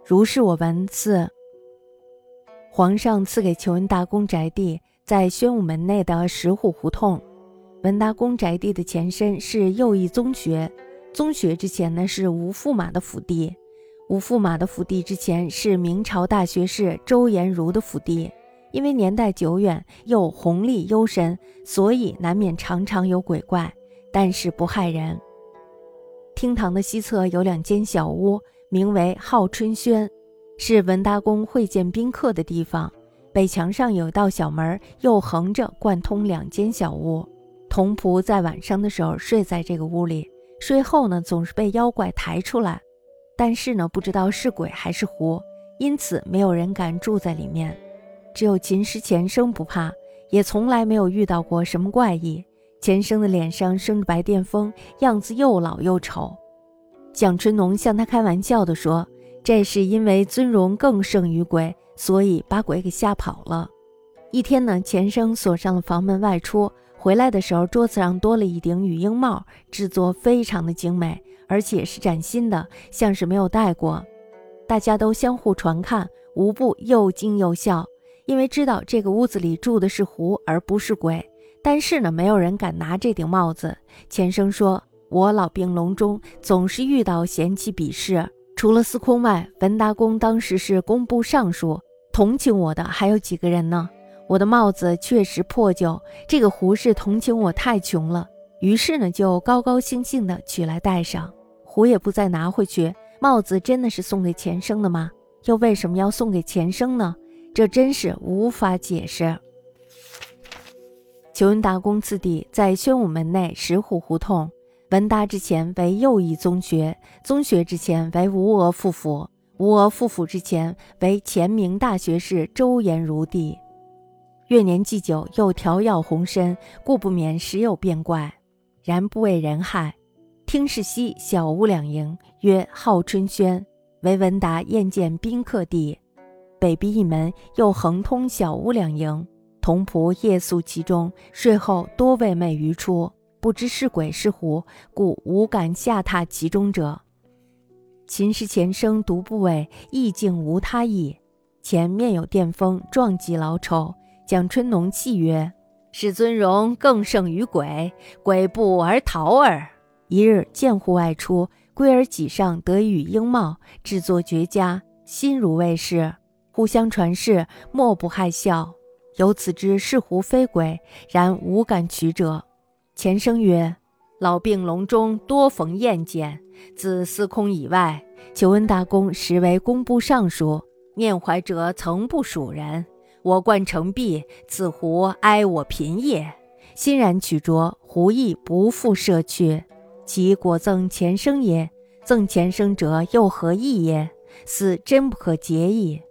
如是我闻。4皇上赐给求恩大公宅地在宣武门内的石虎胡同。文达公宅地的前身是右翼宗学，宗学之前呢是吴驸马的府地，吴驸马的府地之前是明朝大学士周延儒的府地。因为年代久远又宏丽幽深，所以难免常常有鬼怪，但是不害人。厅堂的西侧有2间小屋，名为浩春轩，是文达公会见宾客的地方。北墙上有一道小门，又横着贯通2间小屋。童仆在晚上的时候睡在这个屋里，睡后呢总是被妖怪抬出来，但是呢不知道是鬼还是狐，因此没有人敢住在里面。只有秦时钱生不怕，也从来没有遇到过什么怪异。钱生的脸上生着白癜风，样子又老又丑。蒋春农向他开玩笑地说，这是因为尊荣更胜于鬼，所以把鬼给吓跑了。一天呢，钱生锁上了房门外出，回来的时候桌子上多了一顶羽鹰帽，制作非常的精美，而且是崭新的，像是没有戴过。大家都相互传看，无不又惊又笑，因为知道这个屋子里住的是狐而不是鬼，但是呢没有人敢拿这顶帽子。钱生说，我老病笼中总是遇到嫌弃鄙视，除了司空外，文达公当时是工部尚书，同情我的还有几个人呢？我的帽子确实破旧，这个狐是同情我太穷了，于是呢就高高兴兴地取来戴上。狐也不再拿回去，帽子真的是送给钱生的吗？又为什么要送给钱生呢？这真是无法解释。求恩达公次第在宣武门内石虎胡同，文达之前为右翼宗学，宗学之前为吴娥副府，吴娥副府之前为前明大学士周延儒地。月年既久，又调药红参，故不免时有变怪，然不为人害。厅室西小屋2营，曰浩春轩，为文达宴见宾客地。北壁一门，又横通小屋2营，童仆夜宿其中，睡后多为寐于出，不知是鬼是狐，故无敢下榻其中者。秦时钱生独不畏，意境无他意。前面有电风，撞击老丑。蒋春农泣曰，是尊荣更胜于鬼，鬼不而逃耳。一日见户外出，归而己上得羽鹰帽，制作绝佳，心如卫士，互相传世，莫不害笑。由此知是狐非鬼，然无敢取者。钱生曰，老病笼中多逢艳见，自司空以外，求恩大公实为工部尚书，念怀者曾不属人。我冠成璧，此狐哀我贫也。欣然取着，狐亦不复摄去。其果赠钱生也，赠钱生者又何益也？斯真不可解矣。